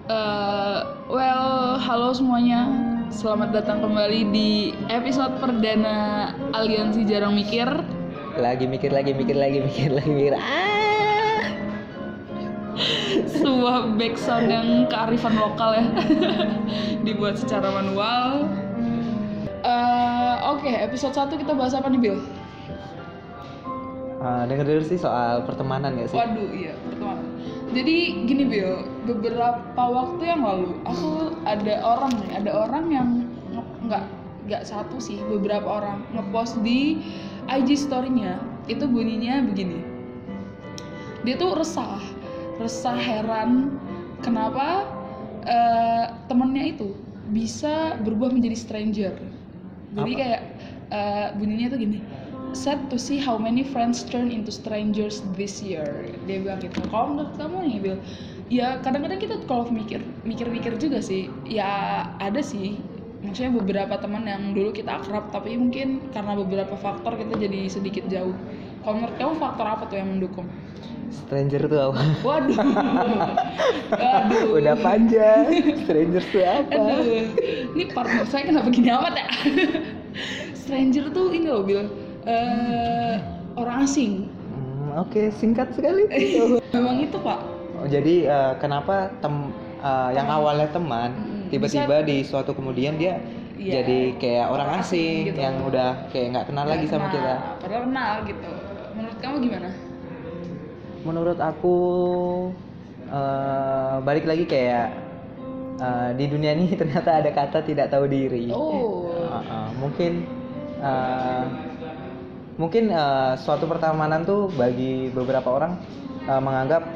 Halo semuanya. Selamat datang kembali di episode perdana Aliansi Jarang Mikir. Lagi mikir. Sebuah backsound yang kearifan lokal ya. Dibuat secara manual. Oke, episode 1 kita bahas apa nih, Bill? Dengar dulu sih soal pertemanan ya sih. Waduh, iya, pertemanan. Jadi gini, Bill, beberapa waktu yang lalu aku ada orang yang nggak satu sih, beberapa orang ngepost di IG story-nya. Itu bunyinya begini. Dia tuh resah heran kenapa temennya itu bisa berubah menjadi stranger. Jadi kayak bunyinya tuh gini. Sad to see how many friends turn into strangers this year. Dia bilang gitu. Kalau menurut kamu nih, Bill, ya kadang-kadang kita kalau mikir juga sih. Ya ada sih. Maksudnya beberapa teman yang dulu kita akrab, tapi mungkin karena beberapa faktor kita jadi sedikit jauh. Kalau menurut kamu faktor apa tuh yang mendukung? Stranger tuh apa? Waduh. Udah panjang. Stranger tuh apa? Aduh. Ini partner saya kenapa gini amat ya? Stranger tuh ini loh, Bill. Orang asing. Oke, singkat sekali. Memang itu, Pak. Jadi kenapa yang awalnya teman tiba-tiba di suatu kemudian dia jadi kayak orang asing gitu. Yang udah kayak nggak kenal lagi sama kita. Padahal kenal gitu. Menurut kamu gimana? Menurut aku balik lagi kayak di dunia ini ternyata ada kata tidak tahu diri. Mungkin suatu pertemanan tuh bagi beberapa orang menganggap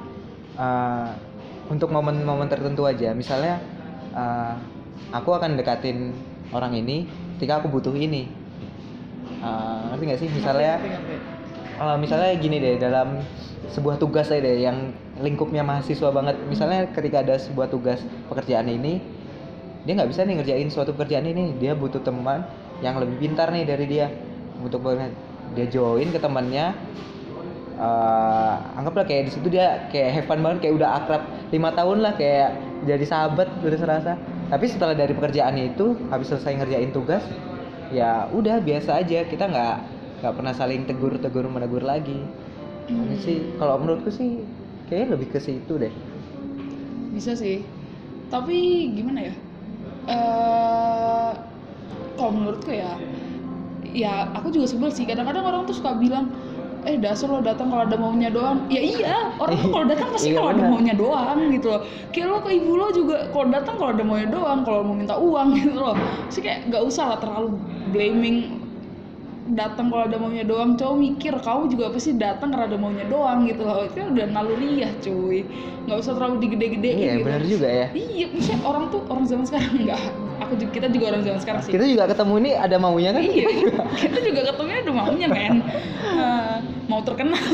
untuk momen-momen tertentu aja. Misalnya aku akan dekatin orang ini ketika aku butuh ini. Ngerti nggak sih? Misalnya gini deh, dalam sebuah tugas aja deh yang lingkupnya mahasiswa banget. Misalnya ketika ada sebuah tugas pekerjaan ini, dia nggak bisa nih ngerjain suatu pekerjaan ini, dia butuh teman yang lebih pintar nih dari dia. Untuk dia join ke temannya, anggaplah kayak di situ dia kayak have fun banget, kayak udah akrab 5 tahun lah, kayak jadi sahabat udah serasa. Tapi setelah dari pekerjaan itu, habis selesai ngerjain tugas, ya udah biasa aja, kita nggak pernah saling menegur lagi. Ini sih kalau menurutku sih kayaknya lebih ke situ deh. Bisa sih, tapi gimana ya? Kalau menurutku ya aku juga sebel sih. Kadang-kadang orang tuh suka bilang, dasar lo datang kalau ada maunya doang. Ya iya, orang tuh kalau datang pasti kalau ada maunya doang gitu loh. Kayak lo ke ibu lo juga kalau datang kalau ada maunya doang, kalau mau minta uang gitu loh. Sih kayak nggak usah lah terlalu blaming datang kalau ada maunya doang. Cowok mikir kamu juga pasti datang karena ada maunya doang gitu loh. Itu udah naluriah cuy, nggak usah terlalu digede-gedein. Iya gitu. Benar juga ya. Iya, misalnya orang zaman sekarang enggak. Kita juga orang zaman sekarang sih. Kita juga ketemu ini ada maunya kan? Iya, kita juga ketemu ada maunya men. Mau terkenal.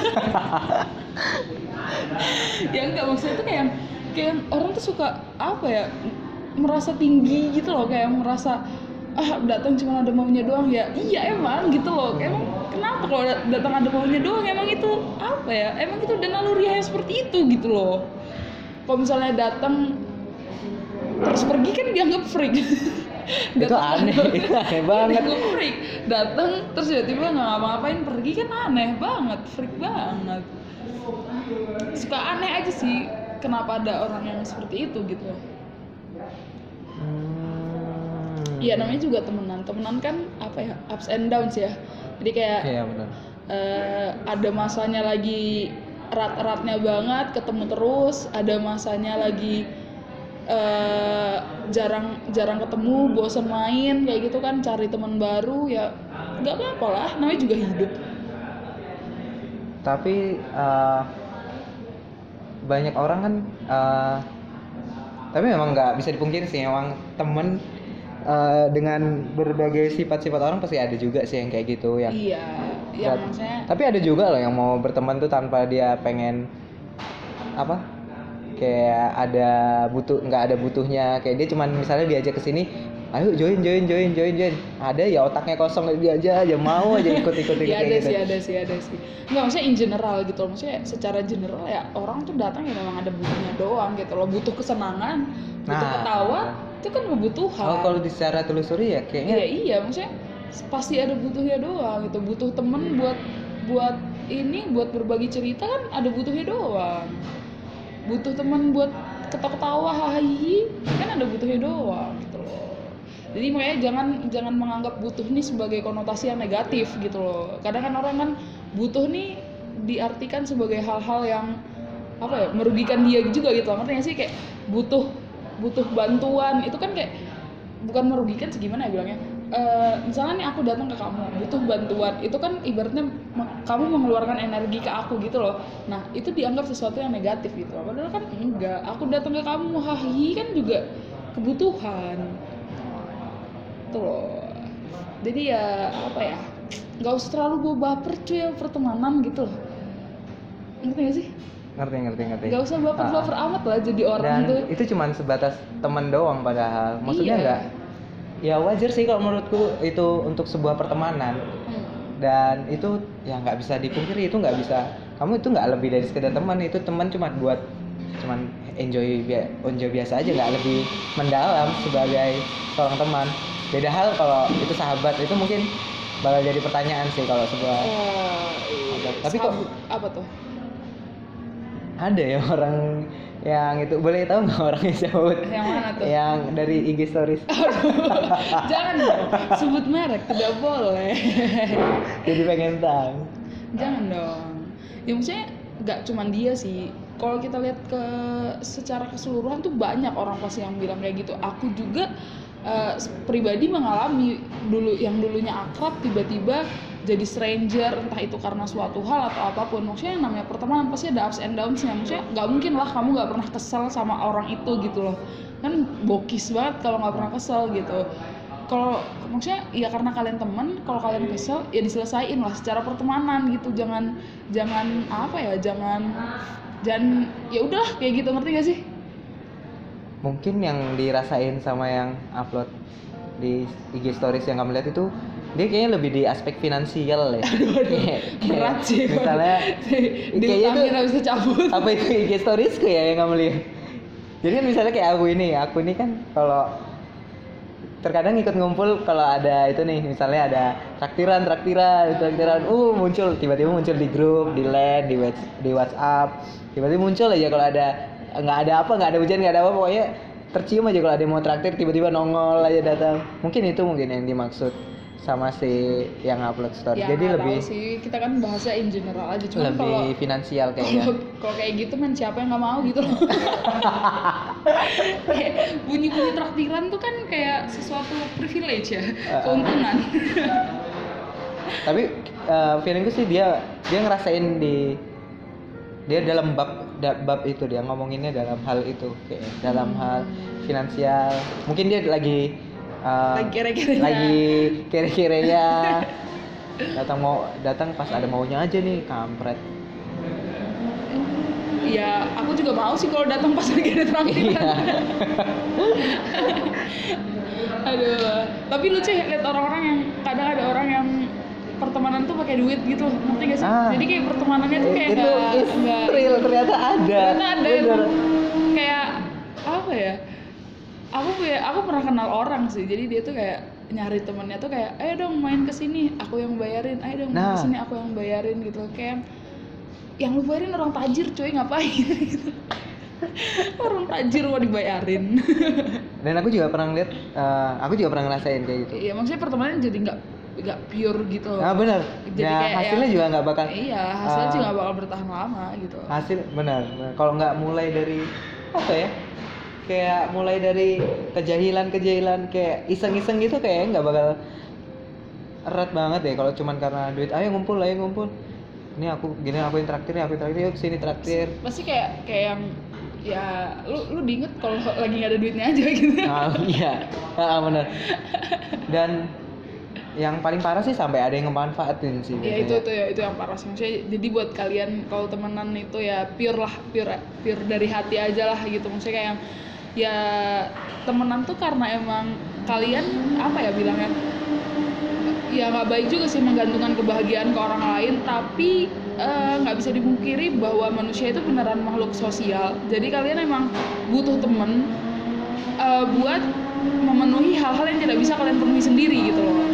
Ya enggak, maksudnya tuh kayak orang tuh suka apa ya, merasa tinggi gitu loh, kayak merasa datang cuma ada maunya doang. Ya iya emang gitu loh. Emang kenapa kalau datang ada maunya doang? Emang itu apa ya? Emang itu udah naluriah seperti itu gitu loh. Kalau misalnya datang terus pergi kan dianggap freak. Itu aneh banget. Dianggap freak. Datang terus tiba-tiba nggak ngapa-ngapain, pergi kan aneh banget, freak banget. Suka aneh aja sih kenapa ada orang yang seperti itu gitu. Iya, namanya juga temenan kan apa ya, ups and downs ya. Jadi kayak benar. Ada masanya lagi erat-eratnya banget, ketemu terus. Ada masanya lagi jarang ketemu, bosan main kayak gitu kan, cari teman baru. Ya nggak apa-apa lah, namanya juga hidup. Tapi banyak orang kan tapi memang nggak bisa dipungkiri sih, memang temen dengan berbagai sifat-sifat orang pasti ada juga sih yang kayak gitu yang maksudnya. Tapi ada juga loh yang mau berteman tuh tanpa dia pengen kayak ada nggak ada butuhnya, kayak dia cuman misalnya diajak ke sini, ayo join, ada ya otaknya kosong, dia aja mau aja ikut Ya kayak ada gitu. sih. Nggak, maksudnya in general gitu loh. Maksudnya secara general ya orang tuh datang ya memang ada butuhnya doang gitu loh. Butuh kesenangan, butuh ketawa, itu kan kebutuhan. Oh, kalau secara telusuri ya kayaknya. Iya, maksudnya pasti ada butuhnya doang gitu. Butuh temen buat berbagi cerita kan ada butuhnya doang. Butuh temen buat ketawa-ketawa hahaha kan ada butuhnya doang gitu loh. Jadi makanya jangan menganggap butuh nih sebagai konotasi yang negatif gitu loh. Kadang kan orang kan butuh nih diartikan sebagai hal-hal yang apa ya, merugikan dia juga gitu. Ngerti gak sih, kayak butuh bantuan itu kan kayak bukan merugikan sih, gimana ya bilangnya. Misalnya nih aku datang ke kamu butuh bantuan, itu kan ibaratnya kamu mengeluarkan energi ke aku gitu loh. Nah itu dianggap sesuatu yang negatif gitu, padahal kan enggak. Aku datang ke kamu hahi kan juga kebutuhan tuh loh. Jadi ya apa ya, nggak usah terlalu bawa baper cuy yang pertemanan gitu loh. Ngerti gak sih? Ngerti. Gak usah baper amat lah jadi orang. Dan tuh itu cuman sebatas teman doang padahal. Maksudnya iya. enggak. Ya wajar sih kalau menurutku itu untuk sebuah pertemanan. Dan itu ya nggak bisa dipungkiri, itu nggak bisa. Kamu itu nggak lebih dari sekedar teman, itu teman cuman enjoy biasa aja, nggak lebih mendalam sebagai seorang teman. Beda hal kalau itu sahabat, itu mungkin bakal jadi pertanyaan sih kalau sebuah tapi kok apa tuh? Ada ya orang yang itu, boleh tahu nggak orangnya siapa? Yang mana tuh? Yang dari IG stories. Jangan dong, sebut merek, tidak boleh. Jadi pengen tahu. Jangan dong. Ya maksudnya nggak cuman dia sih. Kalau kita lihat secara keseluruhan tuh banyak orang pasti yang bilang kayak gitu. Aku juga pribadi mengalami dulunya akrab tiba-tiba jadi stranger, entah itu karena suatu hal atau apapun. Maksudnya yang namanya pertemanan pasti ada ups and downs-nya. Maksudnya nggak mungkin lah kamu nggak pernah kesel sama orang itu gitu loh. Kan bokis banget kalau nggak pernah kesel gitu. Kalau maksudnya ya karena kalian teman, kalau kalian kesel ya diselesain lah secara pertemanan gitu. Jangan apa ya, jangan ya udahlah kayak gitu, ngerti gak sih? Mungkin yang dirasain sama yang upload di IG stories yang kamu lihat itu, dia kayaknya lebih di aspek finansial ya. Berat sih. Misalnya kayaknya itu nggak bisa cabut. Apa itu IG storiesku ya yang kamu lihat? Jadi kan misalnya kayak aku ini kan kalau terkadang ikut ngumpul kalau ada itu nih, misalnya ada traktiran muncul tiba-tiba muncul di grup, di LAN, di WhatsApp, tiba-tiba muncul aja kalau ada nggak ada hujan, nggak ada apa, pokoknya tercium aja kalau ada yang mau traktir, tiba-tiba nongol aja datang. Mungkin itu yang dimaksud sama si yang upload story. Ya, jadi lebih sih, kita kan bahasa in general aja, cuma lebih kalau finansial kayaknya. Kalau kayak gitu kan siapa yang nggak mau gitu loh. Bunyi-bunyi traktiran tuh kan kayak sesuatu privilege ya, keuntungan. Tapi feelingku sih dia ngerasain dia dalam bab itu, dia ngomonginnya dalam hal itu, kayak dalam hal finansial. Mungkin dia lagi kere-kerenya datang pas ada maunya aja nih, kampret. Ya aku juga mau sih kalau datang pas lagi ada traktiran. Aduh, tapi lucu ya lihat orang-orang yang kadang ada orang yang pertemanan tuh pakai duit gitu, ngerti gak sih? Jadi kayak pertemanannya tuh kayak nggak real, ternyata ada emang, kayak apa ya? Aku pernah kenal orang sih, jadi dia tuh kayak nyari temennya tuh kayak, ayo dong main kesini, aku yang bayarin, ayo dong main kesini, aku yang bayarin gitu. Kayak yang lu bayarin orang tajir cuy, ngapain gitu. Orang tajir mau dibayarin. Dan aku juga pernah ngeliat, aku juga pernah ngerasain kayak gitu. Iya, maksudnya pertemanan jadi nggak pure gitu. Nah benar. Jadi kayak hasilnya juga nggak bakal. Iya, hasilnya juga nggak bakal bertahan lama gitu. Hasil benar. Kalau nggak mulai dari apa ya? Kayak mulai dari kejahilan kayak iseng-iseng gitu, kayak nggak bakal erat banget deh kalau cuman karena duit. Ayo ngumpul. Ini aku yang traktir, yuk sini traktir. Pasti kayak yang ya lu diinget kalau lagi nggak ada duitnya aja gitu. Iya, benar. Dan yang paling parah sih sampai ada yang ngemanfaatin sih Ya biasanya. itu yang parah sih. Maksudnya jadi buat kalian kalau temenan itu ya pure lah, pure dari hati aja lah gitu. Maksudnya kayak yang ya temenan tuh karena emang kalian apa ya bilangnya, ya nggak baik juga sih menggantungkan kebahagiaan ke orang lain, tapi nggak bisa dipungkiri bahwa manusia itu beneran makhluk sosial. Jadi kalian emang butuh temen buat memenuhi hal-hal yang tidak bisa kalian penuhi sendiri gitu loh.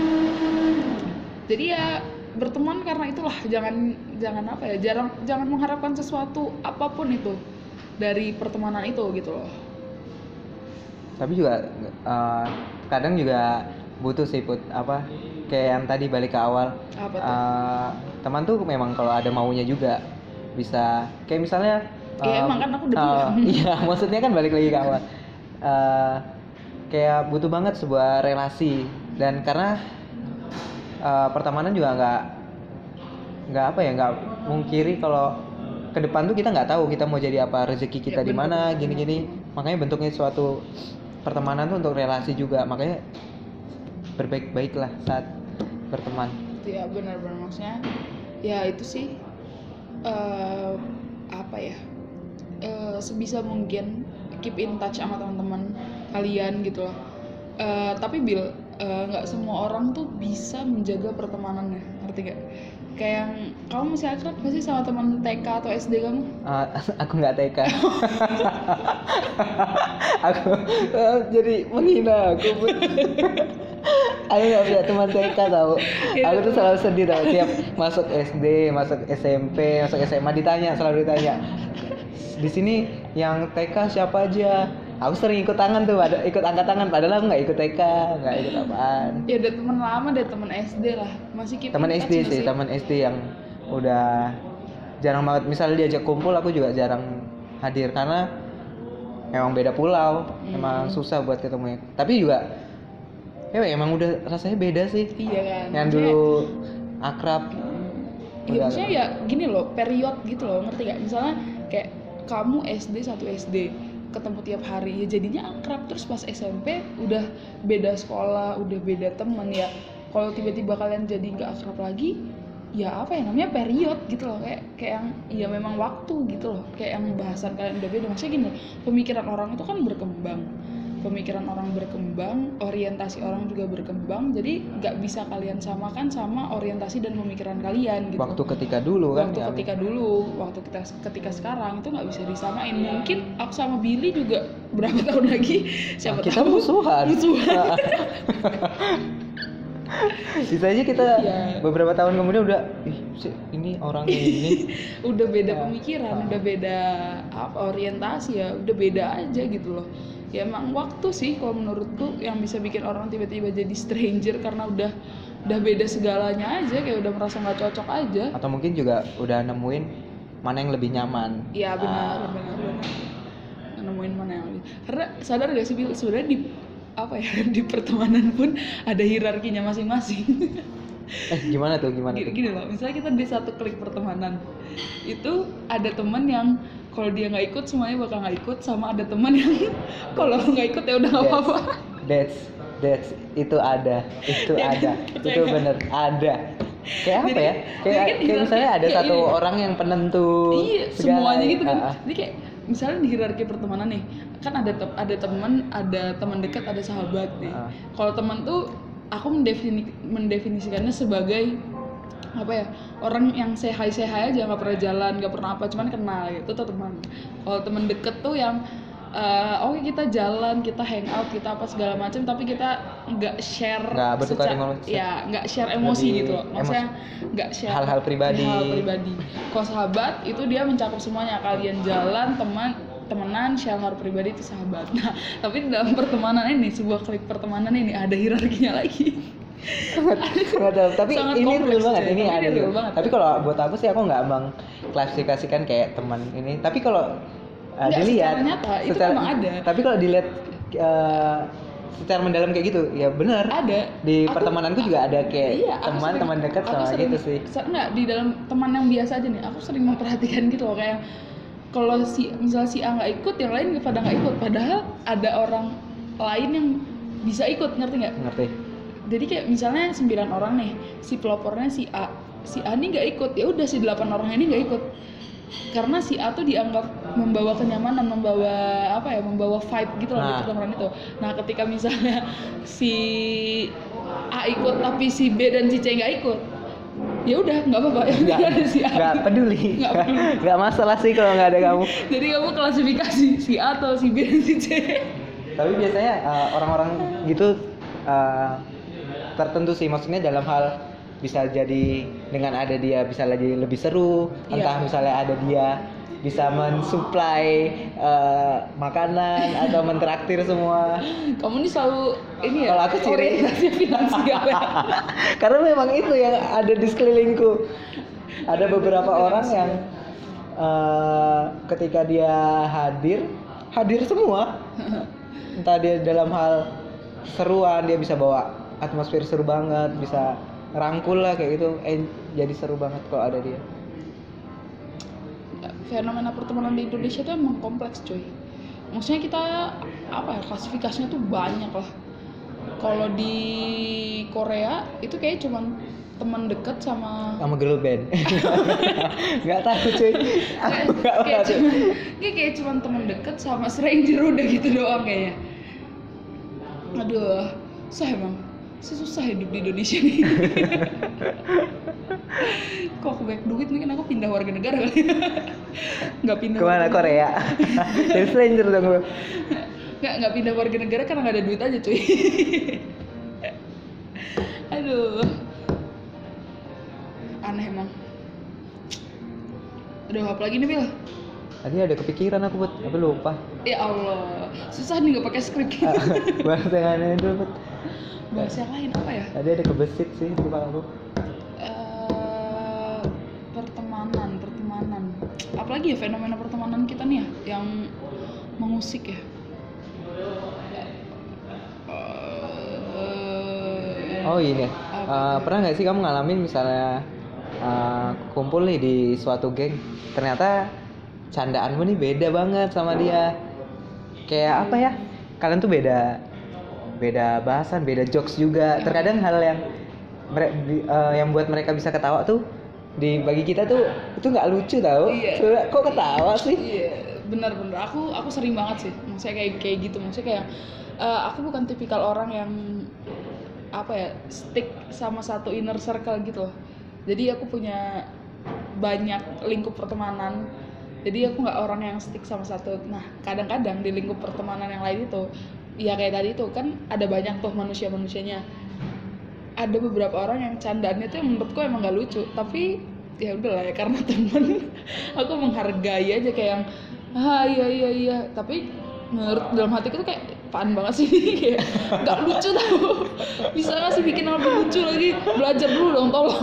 Jadi ya berteman karena itulah, jangan apa ya, jangan mengharapkan sesuatu apapun itu dari pertemanan itu gitu loh. Tapi juga kadang juga butuh sih Put, apa kayak yang tadi balik ke awal. Apa tuh? Teman tuh memang kalau ada maunya juga bisa, kayak misalnya Ya emang kan aku udah bilang. iya maksudnya kan balik lagi ke awal. Kayak butuh banget sebuah relasi, dan karena pertemanan juga nggak apa ya, nggak mungkiri kalau ke depan tuh kita nggak tahu kita mau jadi apa, rezeki kita di mana, gini-gini. Makanya bentuknya suatu pertemanan tuh untuk relasi juga, makanya berbaik-baiklah saat berteman. Ya benar-benar, maksudnya ya itu sih apa ya, sebisa mungkin keep in touch sama teman-teman kalian gitu loh. Tapi Bil, nggak semua orang tuh bisa menjaga pertemanannya, ngerti gak? Kayak yang kamu masih akrab gak sih sama teman TK atau SD kamu? Aku nggak TK. Aku jadi menghina aku. Aku nggak punya teman TK tau. Aku tuh selalu sedih tau, tiap masuk SD, masuk SMP, masuk SMA selalu ditanya, di sini yang TK siapa aja. Aku sering ikut angkat tangan, padahal aku nggak ikut TK, nggak ikut apaan. Ya ada teman lama, ada teman SD lah, masih keep Teman in touch SD nggak sih, teman SD yang udah jarang banget. Misalnya diajak kumpul, aku juga jarang hadir karena emang beda pulau, emang susah buat ketemunya. Tapi juga emang udah rasanya beda sih. Iya kan. Yang dulu akrab. Iya maksudnya ya gini loh, period gitu loh, ngerti gak? Misalnya kayak kamu SD, satu SD ketemu tiap hari, ya jadinya akrab. Terus pas SMP udah beda sekolah, udah beda temen, ya kalau tiba-tiba kalian jadi nggak akrab lagi, ya apa ya namanya, period gitu loh, kayak yang ya memang waktu gitu loh, kayak yang bahasan kalian udah beda. Maksudnya gini, pemikiran orang itu kan berkembang, orientasi orang juga berkembang, jadi nggak bisa kalian samakan sama orientasi dan pemikiran kalian gitu. Waktu ketika dulu kan, waktu ketika sekarang itu nggak bisa disamain. Mungkin aku sama Billy juga berapa tahun lagi siapa kita tahu musuhan. Bisa aja kita beberapa tahun kemudian udah ini orang ini udah beda pemikiran, udah beda orientasi, ya udah beda aja gitu loh. Ya emang waktu sih kalau menurutku yang bisa bikin orang tiba-tiba jadi stranger karena udah beda segalanya aja, kayak udah merasa nggak cocok aja. Atau mungkin juga udah nemuin mana yang lebih nyaman. Iya benar. Nemuin mana yang lebih. Karena sadar gak sih Bil, sebenarnya di pertemanan pun ada hierarkinya masing-masing. Gimana tuh? Gini loh, misalnya kita di satu klik pertemanan, itu ada teman yang kalau dia nggak ikut semuanya bakal nggak ikut, sama ada teman yang kalau nggak ikut ya udah nggak apa-apa. That's itu ada, itu bener ada. Kayak apa ya? Kayak misalnya ada satu orang yang penentu. Iya, semuanya gitu kan. Jadi kayak misalnya di hierarki pertemanan nih, kan ada teman dekat, ada sahabat nih. Kalau teman tuh aku mendefinisikannya sebagai apa ya, orang yang say hi aja, nggak pernah jalan, nggak pernah apa, cuman kenal gitu, itu teman. Kalau teman deket tuh yang oke, kita jalan, kita hangout, kita apa segala macam, tapi kita nggak share, nggak share emosi gitu loh. Maksudnya nggak share hal-hal pribadi. Kalau sahabat itu dia mencakup semuanya, kalian jalan, temenan, share hal pribadi, itu sahabat. Nah, tapi di dalam pertemanan ini, sebuah klik pertemanan ini ada hierarkinya lagi. Tapi ini real banget, ini ada real banget. Tapi kalau buat aku sih, aku nggak mengklasifikasikan kayak teman ini. Tapi kalau dilihat secara nyata itu memang ada. Tapi kalau dilihat secara mendalam kayak gitu, ya benar. Ada. Di pertemananku juga ada kayak teman dekat sama gitu sih. Enggak, di dalam teman yang biasa aja nih, aku sering memperhatikan gitu loh, kayak kalau misalnya si A nggak ikut, yang lain pada nggak ikut, padahal ada orang lain yang bisa ikut, ngerti nggak? Ngerti. Jadi kayak misalnya 9 orang nih, si pelopornya si A nih nggak ikut, ya udah si 8 orang ini nggak ikut. Karena si A tuh dianggap membawa kenyamanan, membawa vibe gitu loh di Nah. pertemuan itu. Nah ketika misalnya si A ikut tapi si B dan si C nggak ikut, ya udah nggak apa-apa, yang penting ada si A. Nggak peduli. Nggak peduli. Nggak masalah sih kalau nggak ada kamu. Jadi kamu klasifikasi si A atau si B dan si C. Tapi biasanya orang-orang gitu tertentu sih, maksudnya dalam hal bisa jadi dengan ada dia bisa lebih seru, Iya. entah misalnya ada dia bisa mensuplai makanan atau mentraktir semua. Kamu nih selalu ini ya, Kalau aku ciri- orientasi finansial ya. Karena memang itu yang ada di sekelilingku. Ada beberapa orang yang ketika dia hadir semua. Entah dia dalam hal seruan, dia bisa bawa atmosfer seru banget, bisa rangkul lah kayak gitu. Jadi seru banget kalau ada dia. Fenomena pertemanan di Indonesia tuh emang kompleks coy. Maksudnya kita klasifikasinya tuh banyak lah. Kalau di Korea itu kayak cuman teman dekat sama Girl band. Nggak tahu cuy. Aku nggak tahu. kayak cuman teman dekat sama stranger udah gitu doang kayaknya. Aduh, susah hidup di Indonesia nih. Kok aku banyak duit mungkin aku pindah warga negara kali. Nggak pindah. Kemana? Korea? Jadi stranger dong gue. Nggak pindah warga negara karena nggak ada duit aja cuy. Aduh, aneh emang. Aduh, apa lagi nih Bil? Tadi ada kepikiran aku buat, tapi lupa. Ya Allah, susah nih nggak pakai skrip. Bahas yang aneh dulu buat. Bahas yang lain apa ya? Tadi ada kebesit sih di kepala aku. Pertemanan. Apalagi ya fenomena pertemanan kita nih ya yang mengusik ya. Oh ini, pernah nggak sih kamu ngalamin misalnya kumpul nih di suatu geng, ternyata candaanmu nih beda banget sama dia. Kayak apa ya? Kalian tuh beda bahasan, beda jokes juga. Terkadang hal yang buat mereka bisa ketawa tuh bagi kita tuh itu nggak lucu tau. Iya. Kok ketawa sih? Iya, benar. Aku sering banget sih. Maksudnya kayak gitu. Maksudnya kayak aku bukan tipikal orang yang stick sama satu inner circle gitu loh. Jadi aku punya banyak lingkup pertemanan. Jadi aku nggak orang yang stick sama satu. Nah, kadang-kadang di lingkup pertemanan yang lain itu, ya kayak tadi itu kan ada banyak tuh manusianya. Ada beberapa orang yang candaannya tuh yang menurutku emang gak lucu, tapi ya udahlah ya karena temen aku menghargai aja kayak yang iya tapi menurut dalam hatiku tuh kayak apaan banget sih kayak gak lucu tau, bisa gak sih bikin lebih lucu lagi, belajar dulu dong tolong.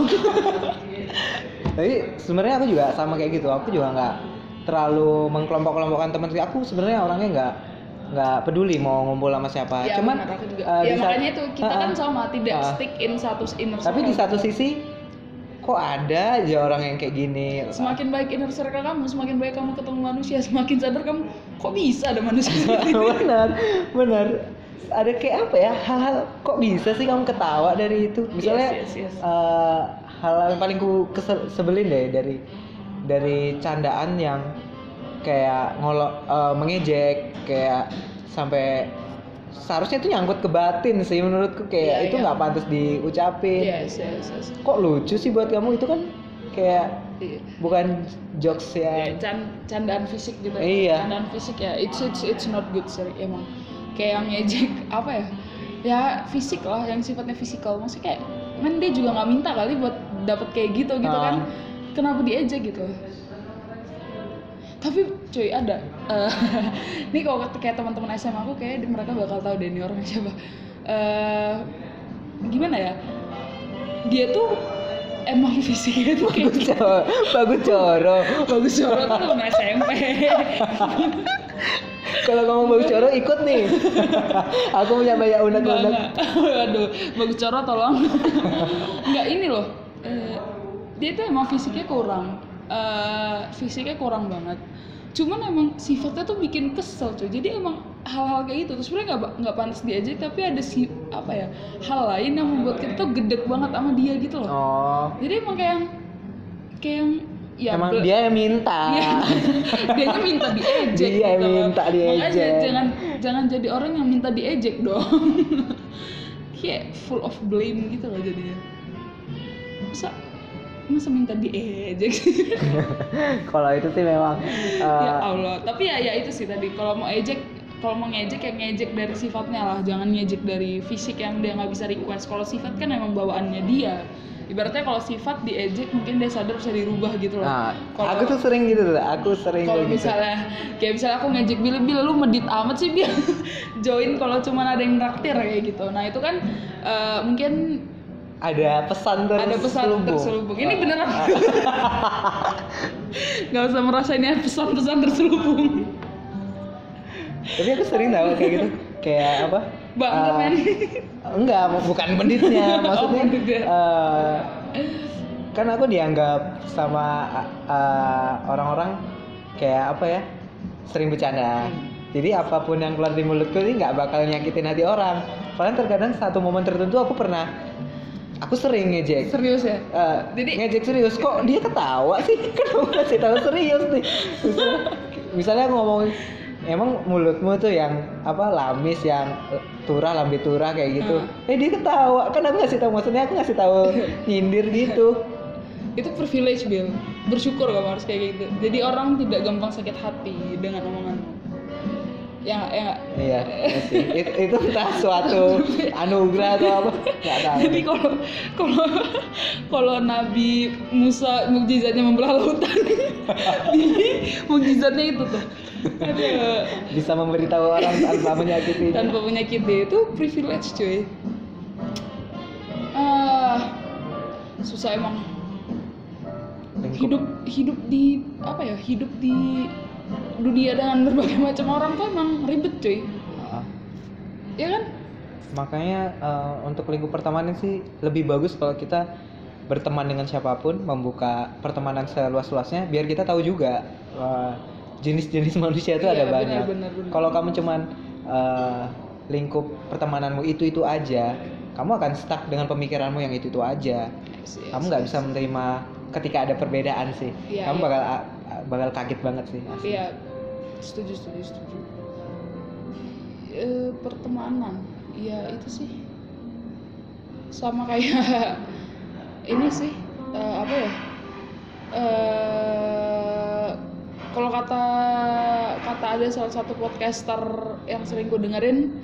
Tapi sebenarnya aku juga sama kayak gitu. Aku juga nggak terlalu mengkelompok-kelompokkan teman sih. Aku sebenarnya orangnya nggak peduli mau ngumpul sama siapa. Ya, Cuman benar, aku juga. Ya makanya itu kita kan sama tidak stick in satu inner circle. Tapi di satu sisi kok ada aja orang yang kayak gini. Semakin baik inner circle kamu, semakin baik kamu ketemu manusia, semakin sadar kamu kok bisa ada manusia seperti ini. benar. Ada kayak apa ya, hal-hal kok bisa sih kamu ketawa dari itu. Misalnya Yes. hal yang paling ku sebelin deh dari candaan yang kayak mengejek, kayak sampai seharusnya itu nyangkut ke batin sih menurutku, kayak itu nggak pantas diucapin. Yes. Kok lucu sih buat kamu, itu kan kayak bukan jokes ya. Candaan fisik gitu. Iya. Candaan fisik ya, it's not good sih emang. Kayak yang ngejek apa ya? Ya fisik lah, yang sifatnya fisikal. Maksudnya kayak kan dia juga nggak minta kali buat dapat kayak gitu kan. Kenapa diejek gitu? Tapi cuy ada nih kalau kayak teman-teman SMA aku kayak mereka bakal tahu deh ini orangnya siapa. Gimana ya, dia tuh emang fisiknya tuh kayak bagus coro tuh temen SMP. Kalau kamu bagus coro ikut nih. Aku punya banyak unek-unek. Aduh, bagus coro tolong. Nggak ini loh, dia tuh emang fisiknya kurang banget. Cuman emang sifatnya tuh bikin kesel cuy. Jadi emang hal-hal kayak gitu terus sebenarnya nggak pantas diajak, tapi apa ya, hal lain yang membuat kita tuh gedek banget sama dia gitu loh. Oh, Jadi emang kayak yang ya emang dia yang minta. dia minta diejek Dia gitu loh. minta diejek. Makanya jangan jadi orang yang minta diejek dong. Kayak full of blame gitu loh jadinya. Masa minta diejek sih? Kalau itu sih memang Ya Allah, tapi ya itu sih tadi, kalau mau ngejek ya ngejek dari sifatnya lah, jangan ngejek dari fisik yang dia nggak bisa request. Kalau sifat kan emang bawaannya dia. Ibaratnya kalau sifat diejek mungkin dia sadar bisa dirubah gitu loh. Nah, aku tuh sering gitu tuh. Kalau misalnya aku ngejek Bil lu medit amat sih Bil. Join kalau cuma ada yang traktir kayak gitu. Nah, itu kan mungkin ada pesan terselubung. Ini beneran. Gak usah merasa ini pesan-pesan terselubung. Tapi aku sering tahu kayak gitu. Kayak apa? Bangga men. Enggak, bukan meditnya. Maksudnya meditnya. Kan aku dianggap sama orang-orang kayak apa ya? Sering bercanda. Jadi apapun yang keluar di mulutku ini nggak bakal nyakitin hati orang. Padahal terkadang satu momen tertentu aku sering ngejek. Serius ya? Jadi ngejek serius, kok dia ketawa sih? Kan aku kasih tahu serius nih. Misalnya aku ngomong, emang mulutmu tuh yang apa lamis, yang lambe turah kayak gitu. Dia ketawa. Kan aku ngasih tahu, maksudnya aku ngasih tahu nyindir gitu. Itu privilege Bill. Bersyukur kamu harus kayak gitu. Jadi orang tidak gampang sakit hati dengan omonganmu. Ya iya sih. Itu entah suatu anugerah atau apa, nggak tahu. Jadi kalau Nabi Musa mukjizatnya membelah lautan, mukjizatnya itu tuh bisa memberitahu orang tanpa menyakiti itu privilege cuy. Susah emang hidup di apa ya, hidup di dunia dengan berbagai macam orang tuh emang ribet cuy. Ya kan? Makanya untuk lingkup pertemanan sih lebih bagus kalau kita berteman dengan siapapun, membuka pertemanan seluas-luasnya biar kita tahu juga jenis-jenis manusia itu ada banyak. Benar. Kalau kamu cuman lingkup pertemananmu itu aja, kamu akan stuck dengan pemikiranmu yang itu aja. Kamu nggak bisa menerima ketika ada perbedaan sih. Kamu bakal kaget banget sih. Iya, setuju. Pertemanan, ya itu sih sama kayak ini sih apa ya? Kalau kata ada salah satu podcaster yang sering gue dengerin,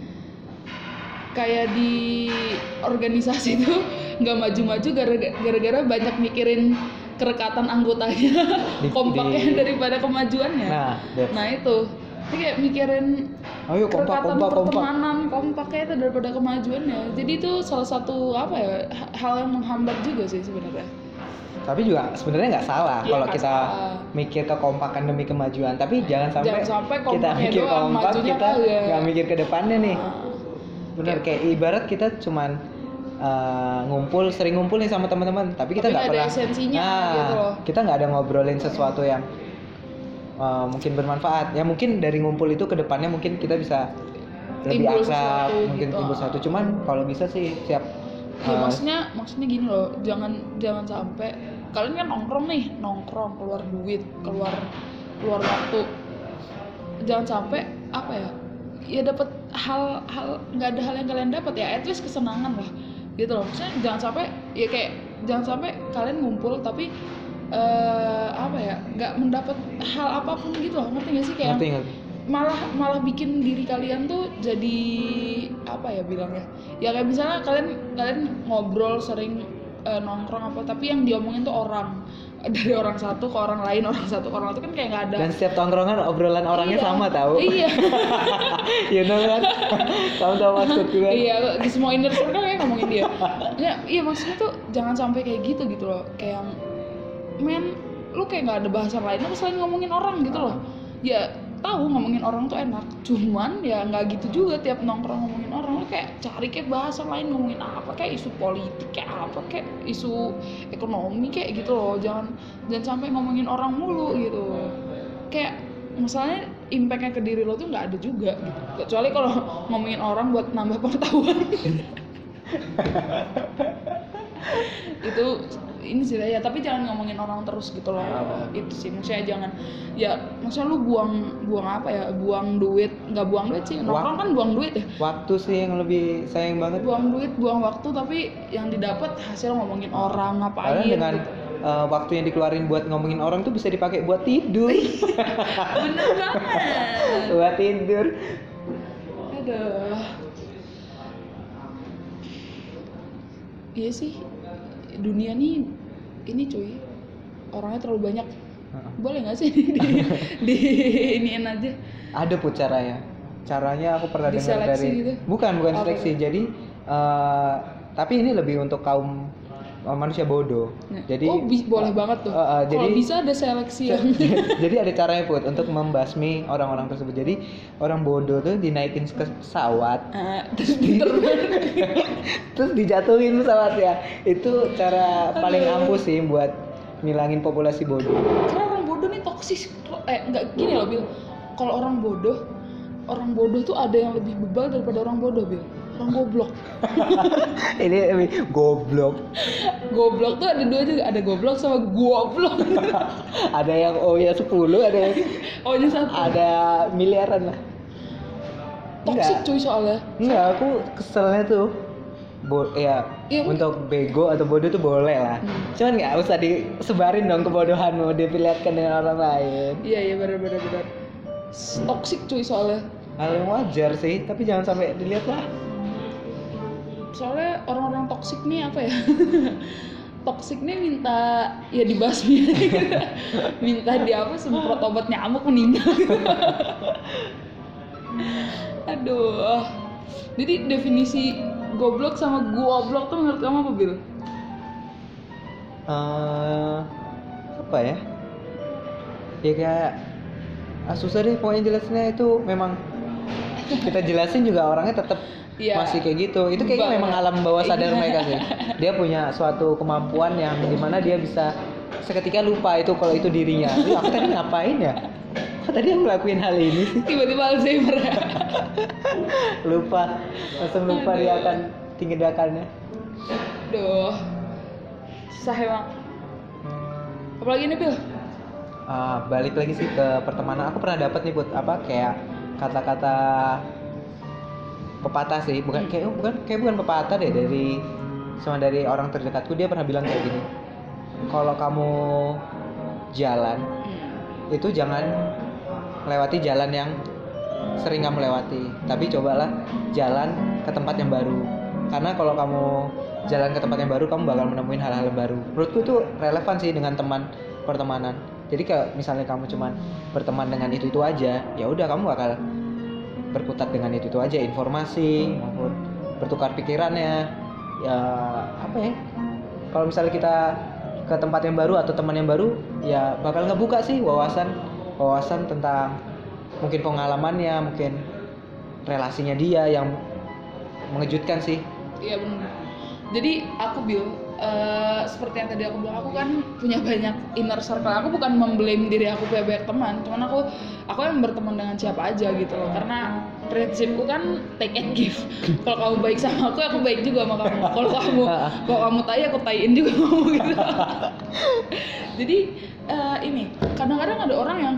kayak di organisasi itu nggak maju-maju gara-gara banyak mikirin kerekatan anggotanya, kompaknya daripada kemajuannya. Nah itu kayak mikirin kerekatan pertemanan, kompaknya itu daripada kemajuannya. Jadi itu salah satu apa ya, hal yang menghambat juga sih sebenarnya. Tapi juga sebenarnya nggak salah kalau kita mikir kekompakan demi kemajuan. Tapi jangan sampai kita mikir kompak, kita nggak mikir ke depannya nih. Bener, kayak ibarat kita cuman sering ngumpul nih sama teman-teman, tapi kita nggak pernah esensinya, gitu loh. Kita nggak ada ngobrolin sesuatu yang mungkin bermanfaat. Ya mungkin dari ngumpul itu ke depannya mungkin kita bisa lebih akrab, mungkin timbul satu. Cuman kalau bisa sih siap. Ya maksudnya gini loh, jangan sampai kalian kan nongkrong keluar duit, keluar waktu. Jangan sampai apa ya dapat hal nggak ada hal yang kalian dapat ya, at least kesenangan lah gitu loh. Maksudnya jangan sampai kalian ngumpul tapi apa ya, nggak mendapat hal apapun gitu loh, ngerti nggak sih? Kayak malah bikin diri kalian tuh jadi apa ya bilangnya, ya kayak misalnya kalian ngobrol sering nongkrong apa, tapi yang diomongin tuh orang, dari orang satu ke orang lain, orang satu ke orang lain, itu kan kayak nggak ada. Dan setiap tongkrongan obrolan orangnya sama tahu. Iya. You know kan? Kamu tahu maksudku kan? Iya, di semua inner circle kayak ngomongin dia. Iya maksudnya tuh jangan sampai kayak gitu loh. Kayak lu kayak nggak ada bahasan lain apa selain ngomongin orang gitu loh. Ya tahu ngomongin orang tuh enak, cuman ya nggak gitu juga tiap nongkrong ngomongin orang. Lu kayak cari kayak bahasan lain, ngomongin apa, kayak isu politik, kayak apa, kayak isu ekonomi kayak gitu loh. Jangan sampai ngomongin orang mulu gitu. Kayak masalahnya impactnya ke diri lo tuh nggak ada juga gitu, kecuali kalau ngomongin orang buat nambah pengetahuan. Itu ini sih ya, tapi jangan ngomongin orang terus gitu loh. Itu sih maksudnya jangan, ya maksudnya lu buang apa ya, buang duit, nggak buang duit sih, nongkrong kan buang duit ya, Waktu sih yang lebih sayang banget. buang duit, buang waktu, tapi yang didapat hasil ngomongin orang ngapain Padahal dengan gitu. waktu yang dikeluarin buat ngomongin orang tuh bisa dipakai buat tidur. Bener banget. Buat tidur. Aduh. Iya sih, dunia nih ini cuy, orangnya terlalu banyak. Boleh nggak sih di iniin aja? Ada pun caranya. Caranya aku pernah dengar Diseleksi dari gitu? bukan Apa seleksi. tuh? Jadi tapi ini lebih untuk kaum manusia bodoh. Nah, Jadi boleh banget tuh. Kalau jadi bisa ada seleksi yang jadi ada caranya Put untuk membasmi orang-orang tersebut. Jadi orang bodoh tuh dinaikin ke pesawat, terus diterbang. terus dijatuhin pesawatnya. Itu cara paling Aduh. ampuh sih buat ngilangin populasi bodoh. Karena orang bodoh nih toksis. Nggak gini loh Bil. Kalau orang bodoh tuh ada yang lebih bebal daripada orang bodoh Bil. Orang goblok. Ini goblok. Goblok tuh ada dua juga, ada goblok sama goblok. Ada yang O-nya 10, ada yang Oh-nya satu. ada miliaran lah. Toxic cuy soalnya. Enggak, aku keselnya tuh ya Iya, untuk bego atau bodoh tuh boleh lah. Cuman nggak usah disebarin dong kebodohanmu, diperlihatkan dengan orang lain. Iya benar. Toxic cuy soalnya. Hal yang wajar sih, tapi jangan sampai dilihat lah. Soalnya orang-orang toksik nih apa ya? Toksik nih minta ya dibasmi. Minta dia apa, semprot obat nyamuk meninggal. Aduh. Jadi definisi goblok sama goblok tuh menurut kamu apa Bil? Apa ya? Ya kayak susah deh pokoknya jelasinnya. Itu memang kita jelasin juga orangnya tetap Iya. masih kayak gitu. Itu kayaknya memang alam bawah sadar mereka sih. Dia punya suatu kemampuan yang dimana dia bisa seketika lupa itu kalau itu dirinya. Aku tadi ngapain ya? Kok tadi aku ngelakuin hal ini sih? Tiba-tiba Alzheimer. Lupa, langsung lupa dia akan tindakannya. Duh. Susah emang. Apalagi nih Bil? Balik lagi sih ke pertemanan. Aku pernah dapat nih apa kayak kata-kata pepatah sih, bukan pepatah deh, dari orang terdekatku. Dia pernah bilang kayak gini, kalau kamu jalan itu jangan melewati jalan yang sering kamu lewati, tapi cobalah jalan ke tempat yang baru. Karena kalau kamu jalan ke tempat yang baru, kamu bakal menemuin hal-hal yang baru. Menurutku itu relevan sih dengan pertemanan. Jadi kalau misalnya kamu cuman berteman dengan itu aja, ya udah kamu bakal berkutat dengan itu aja, informasi maupun bertukar pikirannya. Ya apa ya? Kalau misalnya kita ke tempat yang baru atau teman yang baru, ya bakal ngebuka sih wawasan tentang mungkin pengalamannya, mungkin relasinya dia yang mengejutkan sih. Iya benar. Jadi aku Bil, seperti yang tadi aku bilang, aku kan punya banyak inner circle. Aku bukan memblame diri aku punya banyak teman, cuman aku yang berteman dengan siapa aja gitu loh. Karena prinsipku kan take and give. Kalau kamu baik sama aku baik juga sama kamu. Kalau kamu tai, aku taiin juga kamu gitu. Jadi ini kadang-kadang ada orang yang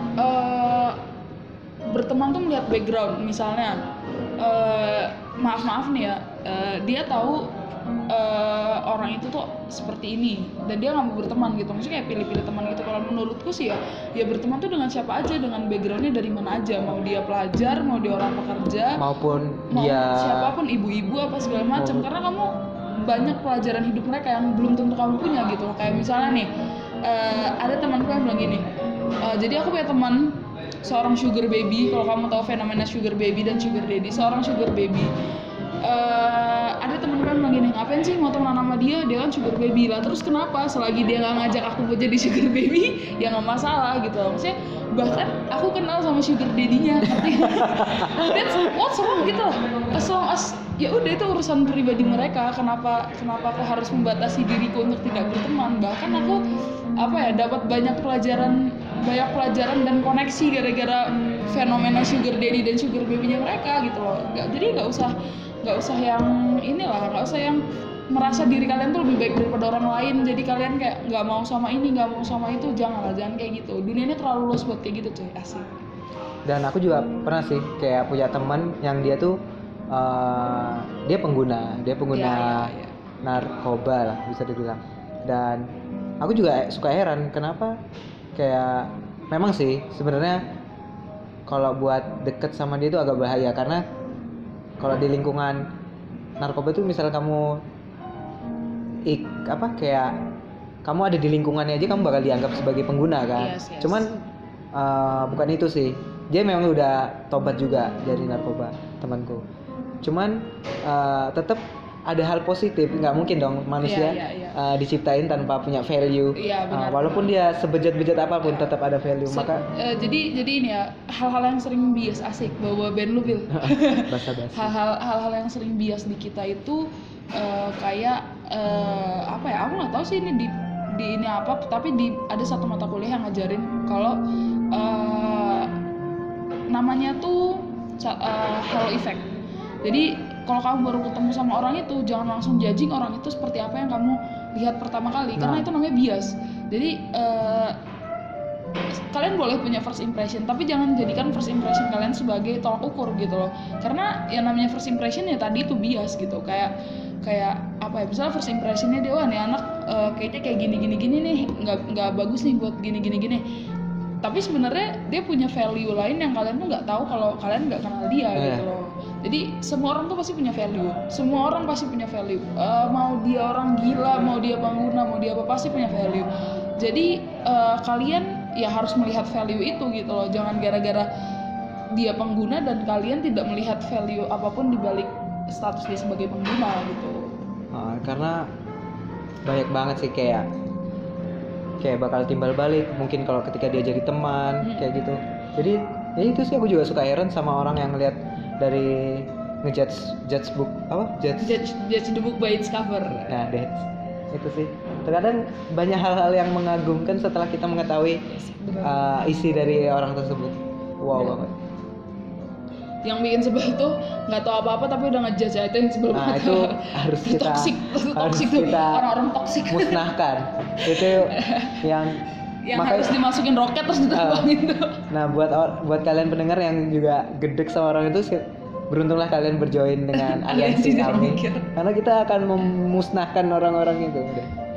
berteman tuh melihat background. Misalnya maaf nih ya, dia tahu orang itu tuh seperti ini dan dia nggak mau berteman gitu. Maksudnya kayak pilih-pilih teman gitu. Kalau menurutku sih ya berteman tuh dengan siapa aja, dengan backgroundnya dari mana aja, mau dia pelajar, mau dia orang pekerja, maupun mau dia siapapun, ibu-ibu apa segala macam. Karena kamu banyak pelajaran hidup mereka yang belum tentu kamu punya gitu. Kayak misalnya nih, ada temanku yang bilang gini, jadi aku punya teman seorang sugar baby. Kalau kamu tahu fenomena sugar baby dan sugar daddy, seorang sugar baby, ada teman kan bilang gini, ngapain sih mau temenan sama dia kan sugar baby lah. Terus kenapa selagi dia nggak ngajak aku buat jadi sugar baby, ya nggak masalah gitu. Maksudnya bahkan aku kenal sama sugar daddy-nya. That's what's wrong gitu loh. As long as ya udah itu urusan pribadi mereka. Kenapa aku harus membatasi diriku untuk tidak berteman? Bahkan aku dapat banyak pelajaran dan koneksi gara-gara fenomena sugar daddy dan sugar baby-nya mereka gitu loh. Jadi nggak usah nggak usah yang merasa diri kalian tuh lebih baik daripada orang lain, jadi kalian kayak nggak mau sama ini, nggak mau sama itu. Jangan kayak gitu. Dunia ini terlalu luas buat kayak gitu, cuy. Asik. Dan aku juga pernah sih kayak punya teman yang dia tuh dia pengguna Ya. narkoba lah bisa dibilang. Dan aku juga suka heran kenapa kayak memang sih sebenarnya kalau buat deket sama dia itu agak bahaya, karena kalau di lingkungan narkoba itu misal kamu kayak kamu ada di lingkungannya aja kamu bakal dianggap sebagai pengguna kan. Yes. Cuman bukan itu sih, dia memang udah tobat juga dari narkoba temanku. Cuman tetap ada hal positif, nggak mungkin dong manusia diciptain tanpa punya value. Walaupun dia sebejat-bejat apapun tetap ada value. Jadi ini ya, hal-hal yang sering bias, asik bawa band lu Bil. Basa-basi. hal-hal yang sering bias di kita itu kayak apa ya, aku nggak tahu sih ini di ini apa, tapi ada satu mata kuliah yang ngajarin kalau namanya tuh halo effect. Jadi kalau kamu baru ketemu sama orang itu, jangan langsung judging orang itu seperti apa yang kamu lihat pertama kali, karena itu namanya bias. Jadi kalian boleh punya first impression, tapi jangan jadikan first impression kalian sebagai tolak ukur gitu loh. Karena yang namanya first impression ya tadi itu bias gitu. Kayak apa ya, misalnya first impressionnya dia, wah nih anak kayaknya kayak gini nih, nggak bagus nih buat gini. Tapi sebenarnya dia punya value lain yang kalian tuh nggak tahu kalau kalian nggak kenal dia gitu loh. Jadi semua orang tuh pasti punya value. Semua orang pasti punya value. Mau dia orang gila, mau dia pengguna, mau dia apa, pasti punya value. Jadi kalian ya harus melihat value itu gitu loh. Jangan gara-gara dia pengguna dan kalian tidak melihat value apapun di balik status dia sebagai pengguna gitu. Karena banyak banget sih kayak bakal timbal balik mungkin kalau ketika dia jadi teman kayak gitu. Jadi ya itu sih, aku juga suka heran sama orang yang ngeliat dari judge book judge the book by its cover. Nah, itu sih. Terkadang banyak hal-hal yang mengagumkan setelah kita mengetahui isi dari orang tersebut. Wow banget. Yang bikin sebel tuh nggak tahu apa-apa tapi udah ngejudge, itu yang sebel banget. Itu harus kita toksik tuh orang-orang toksik musnahkan. Itu yang makanya, harus dimasukin roket terus diterbangin tuh. Nah, buat kalian pendengar yang juga gedek sama orang itu, beruntunglah kalian berjoin dengan aliansi kami, karena kita akan memusnahkan orang-orang itu.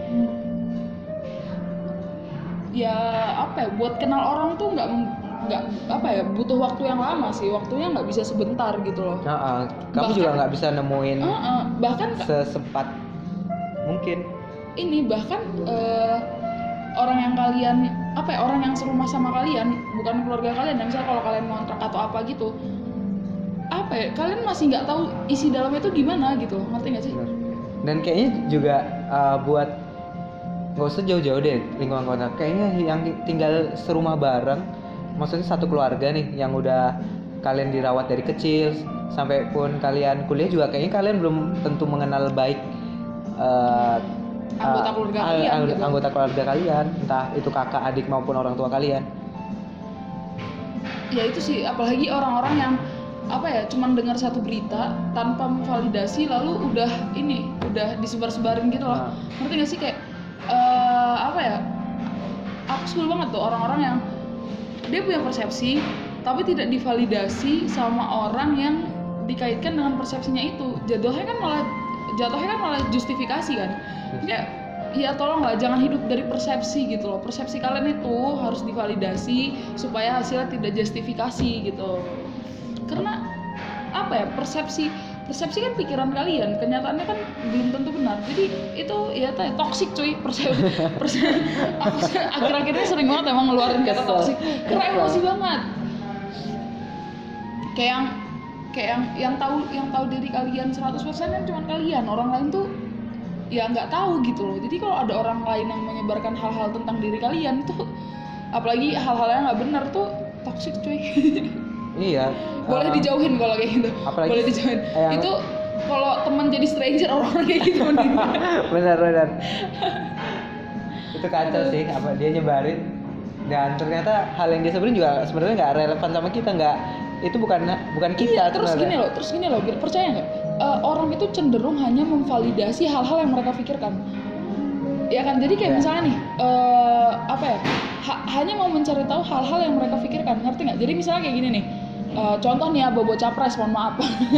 Ya apa ya, buat kenal orang tuh nggak apa ya, butuh waktu yang lama sih, waktunya nggak bisa sebentar gitu loh. Kamu juga nggak bisa nemuin bahkan sesempat mungkin ini, bahkan orang yang kalian orang yang serumah sama kalian, bukan keluarga kalian, dan misalnya kalau kalian ngontrak atau apa gitu, kalian masih nggak tahu isi dalamnya itu gimana gitu, ngerti nggak sih? Dan kayaknya juga buat nggak usah jauh-jauh deh lingkungan kontrak, kayaknya yang tinggal serumah bareng, maksudnya satu keluarga nih yang udah kalian dirawat dari kecil sampai pun kalian kuliah juga, kayaknya kalian belum tentu mengenal baik anggota keluarga kalian, entah itu kakak, adik maupun orang tua kalian. Ya itu sih, apalagi orang-orang yang cuman dengar satu berita tanpa memvalidasi lalu udah disebar-sebarin gitu loh. Ngerti nggak sih, kayak aku sebel banget tuh orang-orang yang dia punya persepsi tapi tidak divalidasi sama orang yang dikaitkan dengan persepsinya itu. Jatuhnya kan malah justifikasi kan. Ya tolonglah, jangan hidup dari persepsi gitu loh. Persepsi kalian itu harus divalidasi supaya hasilnya tidak justifikasi gitu. Karena persepsi kan pikiran kalian, kenyataannya kan belum tentu benar. Jadi itu ya toksik cuy, akhir-akhir ini sering banget emang ngeluarin kata toksik karena emosi banget. Kayak yang tahu diri kalian 100% kan cuma kalian, orang lain tuh ya nggak tahu gitu loh. Jadi kalau ada orang lain yang menyebarkan hal-hal tentang diri kalian tuh, apalagi hal-hal yang nggak benar tuh, toksik cuy. Iya. Boleh dijauhin kalau kayak gitu. Apalagi boleh dijauhin. Itu kalau teman jadi stranger, orang kayak gitu. Benar. Itu kacau sih, dia nyebarin dan ternyata hal yang dia sebarin juga sebenarnya nggak relevan sama kita, itu bukan kita Iya, terus sebenarnya. gini loh, percaya nggak? Orang itu cenderung hanya memvalidasi hal-hal yang mereka pikirkan. Ya kan, jadi kayak Ya. misalnya nih, apa ya? Hanya mau mencari tahu hal-hal yang mereka pikirkan, ngerti nggak? Jadi misalnya kayak gini nih, contoh nih ya, bobo capres, mohon maaf.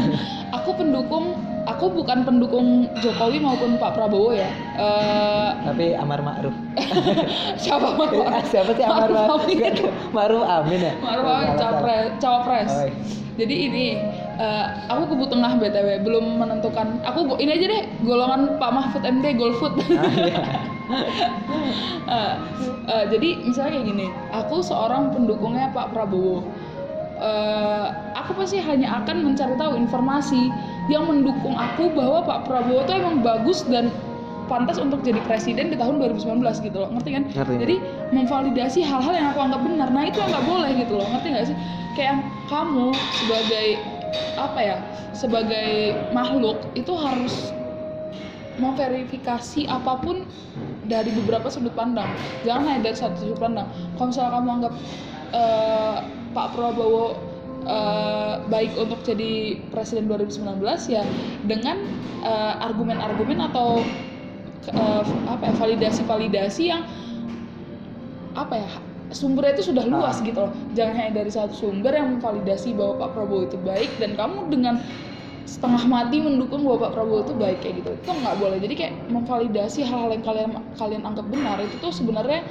Aku bukan pendukung Jokowi maupun Pak Prabowo ya. Tapi Amar Ma'ruf. Siapa Ma'ruf? Siapa sih Amar Ma'ruf? Amin. Ma'ruf Amin ya? Ma'ruf Oh, Amin, salah. cawapres. Oh, iya. Jadi ini aku kubu tengah BTW, belum menentukan. Ini aja deh, golongan Pak Mahfud MD, Golfood. Iya. Jadi misalnya kayak gini, aku seorang pendukungnya Pak Prabowo. Aku pasti hanya akan mencari tahu informasi yang mendukung aku bahwa Pak Prabowo itu emang bagus dan pantas untuk jadi presiden di tahun 2019 gitu loh, ngerti kan? Ngerti. Jadi memvalidasi hal-hal yang aku anggap benar, nah itu yang nggak boleh gitu loh, ngerti nggak sih? Kayak kamu sebagai apa ya, sebagai makhluk itu harus memverifikasi apapun dari beberapa sudut pandang, jangan hanya dari satu sudut pandang. Kalau misalnya kamu anggap Pak Prabowo baik untuk jadi presiden 2019 ya dengan argumen-argumen atau validasi yang apa ya, sumbernya itu sudah luas gitu loh. Jangan hanya dari satu sumber yang memvalidasi bahwa Pak Prabowo itu baik dan kamu dengan setengah mati mendukung bahwa Pak Prabowo itu baik kayak gitu. Itu nggak boleh. Jadi kayak memvalidasi hal-hal yang kalian anggap benar itu tuh sebenarnya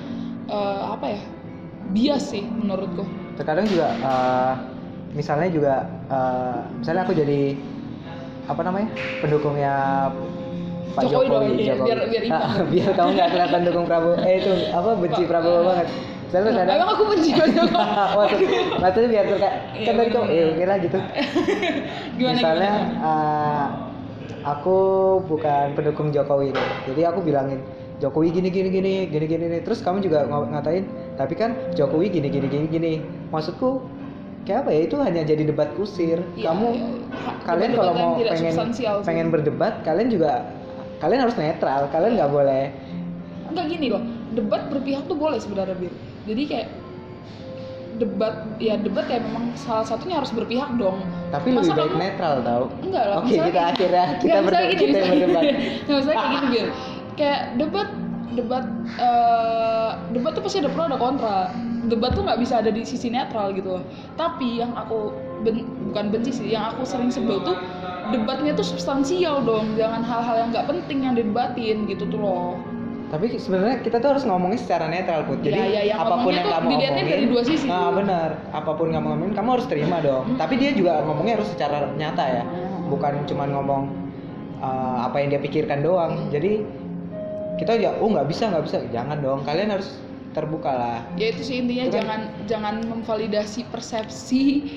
bias sih menurutku. Terkadang juga misalnya juga misalnya aku jadi pendukungnya Pak Jokowi. Biar imbang. Biar kamu nggak kelihatan dukung Prabowo. Itu benci Prabowo banget. Misalnya Emang aku benci Pak Jokowi. Maksudnya biar kan tadi kamu oke lah gitu. Misalnya aku bukan pendukung Jokowi nih. Jadi aku bilangin Jokowi gini. Terus kamu juga ngatain, tapi kan Jokowi gini. Maksudku kayak apa ya, itu hanya jadi debat kusir. Kalian kalau mau pengen berdebat, kalian harus netral. Kalian nggak boleh. Enggak gini loh, debat berpihak tuh boleh sebenarnya, Bir. Jadi kayak debat ya memang salah satunya harus berpihak dong. Tapi lebih baik netral tau. Enggak lah. Oke, kita akhirnya kita berdebat. Nggak usah kayak gini, Bir. Kayak debat tuh pasti ada pro ada kontra. Debat tuh nggak bisa ada di sisi netral gitu loh. Tapi yang aku bukan benci sih, yang aku sering sebel tuh debatnya tuh substansial dong. Jangan hal-hal yang nggak penting yang didebatin gitu tuh loh. Tapi sebenarnya kita tuh harus ngomongnya secara netral, Put. Jadi apapun yang kamu ngomongin dari dua sisi. Nah, benar. Apapun kamu ngomongin, kamu harus terima dong. Tapi dia juga ngomongnya harus secara nyata ya. Bukan cuma ngomong apa yang dia pikirkan doang. Jadi kita nggak bisa. Jangan dong. Kalian harus terbuka lah. Ya itu sih intinya, jangan memvalidasi persepsi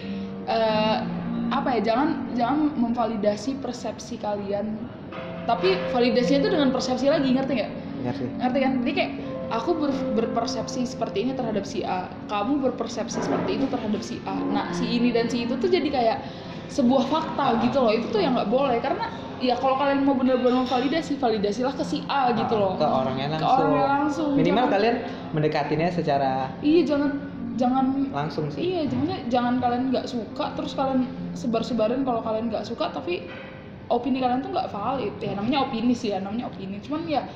jangan memvalidasi persepsi kalian. Tapi validasinya itu dengan persepsi lagi, ngerti nggak? Ngerti kan? Jadi kayak aku berpersepsi seperti ini terhadap si A, kamu berpersepsi seperti itu terhadap si A. Nah, si ini dan si itu tuh jadi kayak sebuah fakta gitu loh. Itu tuh yang nggak boleh, karena ya kalau kalian mau benar-benar validasilah ke si A gitu loh. Ke orangnya langsung. Minimal kalian mendekatinya secara. Iya, jangan langsung sih. Iya, jangan kalian nggak suka terus kalian sebarin kalau kalian nggak suka, tapi opini kalian tuh nggak valid. Ya namanya opini. Cuman ya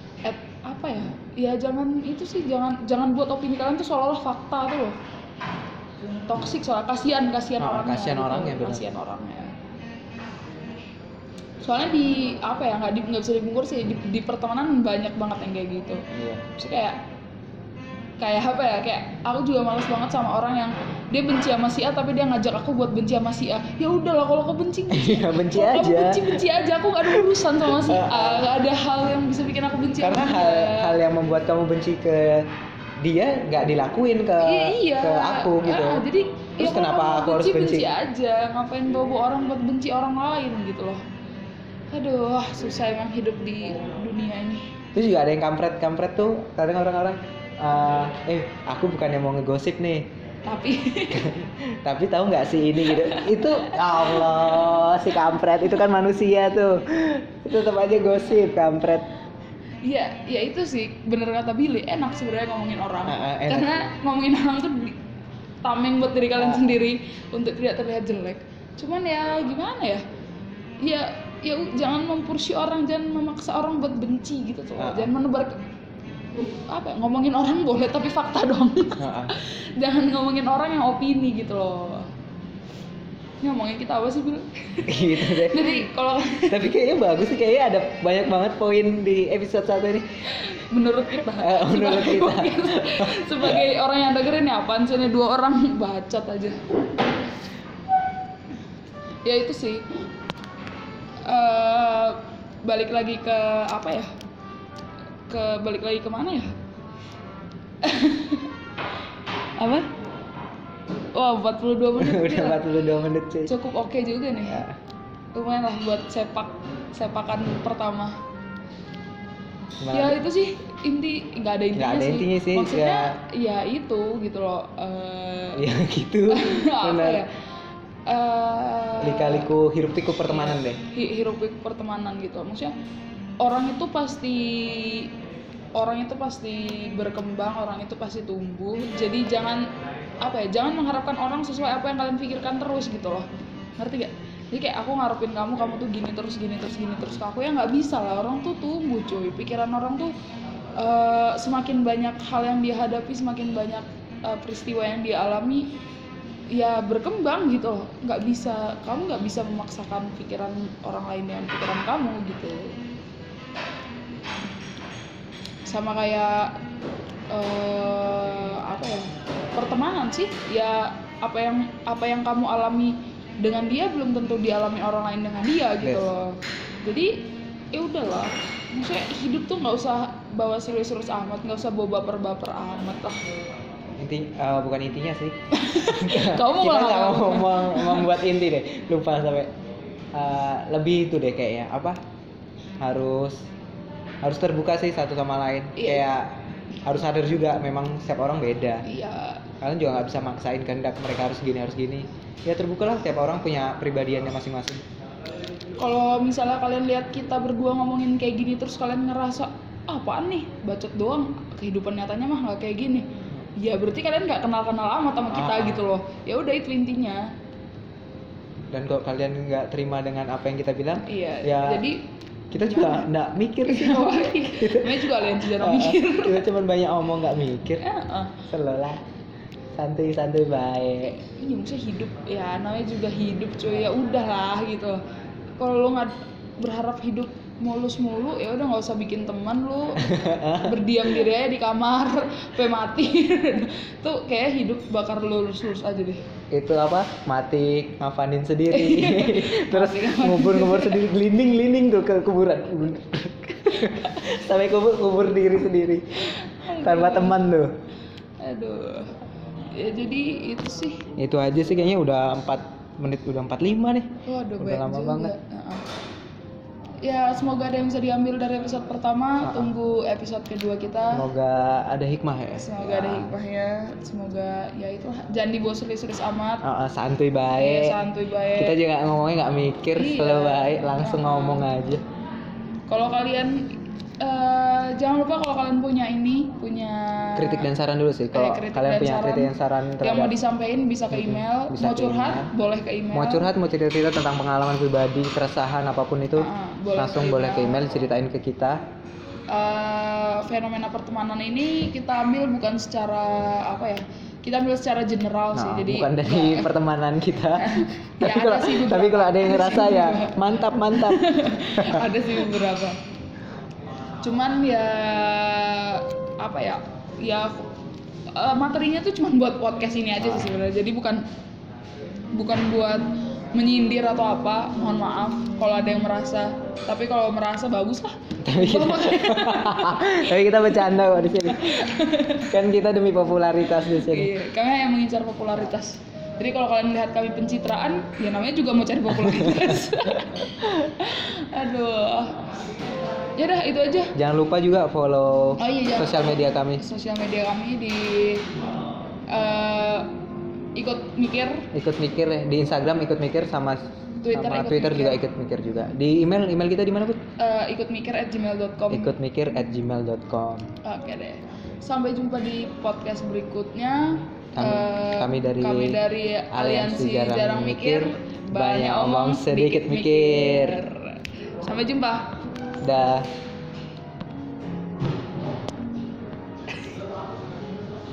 jangan itu sih, jangan buat opini kalian tuh seolah-olah fakta tuh loh. Toksik, soalnya kasihan orangnya. Kasihan orangnya. Soalnya nggak bisa dipungkir sih, di pertemanan banyak banget yang kayak gitu. Iya. Terus kayak aku juga malas banget sama orang yang dia benci sama si A tapi dia ngajak aku buat benci sama si A. Ya udahlah, kalau kau benci benci aja. Kamu benci aja, aku gak ada urusan sama si A. Gak ada hal yang bisa bikin aku benci. Karena hal yang membuat kamu benci ke dia nggak dilakuin ke aku gitu. Jadi terus kenapa aku harus benci aja? Ngapain bawa orang buat benci orang lain gitu loh. Aduh, susah emang hidup di dunia ini. Terus juga ada yang kampret tuh kadang orang-orang aku bukannya mau ngegosip nih, tapi tahu nggak sih ini gitu. Itu Allah, si kampret itu kan manusia tuh, itu tetap aja gosip kampret. Iya, ya itu sih bener kata Billy, enak sebenarnya ngomongin orang. Karena ngomongin orang tuh tameng buat diri kalian sendiri untuk tidak terlihat jelek. Cuman ya gimana ya? Ya jangan mempursy orang, jangan memaksa orang buat benci gitu tuh. Jangan menebar ngomongin orang boleh tapi fakta dong. Jangan ngomongin orang yang opini gitu loh. Ngomongin kita apa sih, Bil? Gitu deh. Jadi kalau Tapi kayaknya bagus sih, kayaknya ada banyak banget poin di episode 1 ini. menurut kita sebagai orang yang dengerin ya apaan sih ini 2 orang bacot aja. Ya itu sih. Balik lagi ke apa ya? Balik lagi ke mana ya? Apa? Wah, 42 menit. Udah 42 menit sih. Cukup oke juga nih. Ya. Lumayan lah buat sepakan pertama. Gimana? Ya itu sih nggak ada intinya sih. Maksudnya ya itu gitu loh. Ya gitu. Apa Benar. ya? Lika-liku hirup pikuk pertemanan deh. Hirup pikuk pertemanan gitu. Maksudnya orang itu pasti berkembang, orang itu pasti tumbuh. Jadi jangan mengharapkan orang sesuai apa yang kalian pikirkan terus gitu loh. Ngerti gak? Jadi kayak aku ngarepin kamu tuh gini terus ke aku, ya nggak bisa lah. Orang tuh tumbuh cuy. Pikiran orang tuh semakin banyak hal yang dia hadapi, semakin banyak peristiwa yang dia alami, ya berkembang gitu loh. Kamu nggak bisa memaksakan pikiran orang lain dengan pikiran kamu gitu. Sama kayak pertemanan sih, ya apa yang kamu alami dengan dia belum tentu dialami orang lain dengan dia gitu loh. Jadi ya udahlah, maksudnya hidup tuh nggak usah bawa serius-serius amat, nggak usah bawa baper-baper amat lah. Bukan intinya sih. Kamu Kita malah nggak mau membuat inti deh, lupa sampai lebih itu deh kayaknya apa, harus terbuka sih satu sama lain. Iya. Kayak harus sadar juga memang setiap orang beda. Iya. Kalian juga nggak bisa maksain kehendak mereka harus gini. Ya terbukalah, setiap orang punya pribadiannya masing-masing. Kalau misalnya kalian lihat kita berdua ngomongin kayak gini terus kalian ngerasa apaan nih, bacot doang, kehidupan nyatanya mah nggak kayak gini, ya berarti kalian nggak kenal amat sama kita gitu loh. Ya udah, itu intinya. Dan kalau kalian nggak terima dengan apa yang kita bilang, Iya. ya Jadi kita juga nggak mikir sih. Namanya juga kalian jarang mikir. Kita cuma banyak omong nggak mikir. Selalu santuy baik. Iya, maksudnya hidup ya, namanya juga hidup cuy, ya udahlah gitu. Kalau lo nggak berharap hidup mulus mulu, ya udah nggak usah bikin teman, lu berdiam diri aja di kamar sampai mati. Tuh kayak hidup bakar lurus aja deh. Itu apa, mati ngafanin sendiri. Terus ngubur sendiri, glinding tuh ke kuburan. Sampai kubur diri sendiri tanpa teman tuh. Aduh, ya jadi itu sih. Itu aja sih kayaknya, udah 4 menit, udah 45 nih. Waduh, udah lama juga. banget. Ya semoga ada yang bisa diambil dari episode pertama. Tunggu episode kedua kita. Semoga ada hikmah ya. Semoga ada hikmahnya. Semoga ya itulah, jangan dibawa serius amat. Santuy baik. Santuy baik. Kita juga ngomongnya nggak mikir, slow baik, langsung ngomong aja. Kalau kalian jangan lupa kalau kalian punya kritik dan saran dulu sih. Kalau kalian punya kritik dan saran yang mau disampaikan bisa ke email. Bisa mau curhat email. Boleh ke email. Mau curhat, mau cerita tentang pengalaman pribadi, keresahan apapun itu, langsung boleh ke email, ceritain ke kita. Fenomena pertemanan ini kita ambil bukan secara kita ambil secara general sih. Jadi bukan dari pertemanan kita. Ya, tapi kalau ada yang ngerasa ya mantap. Ada sih beberapa. Cuman ya materinya tuh cuma buat podcast ini aja sih sebenarnya. Jadi bukan buat menyindir atau apa. Mohon maaf kalau ada yang merasa. Tapi kalau merasa bagus lah. Tapi kita bercanda kok di sini. Kan kita demi popularitas di sini. Iya, kami yang mengincar popularitas. Jadi kalau kalian lihat kami pencitraan, ya namanya juga mau cari popularitas. Aduh. Ya udah, itu aja. Jangan lupa juga follow sosial media kami. Sosial media kami di ikut mikir ya. Di Instagram ikut mikir, sama Twitter juga ikut mikir juga. Di email kita di mana, Put? ikutmikir@gmail.com. ikutmikir@gmail.com. Oke deh. Sampai jumpa di podcast berikutnya. Kami dari Aliansi Jarang Mikir, banyak omong sedikit mikir. Sampai jumpa. Dah.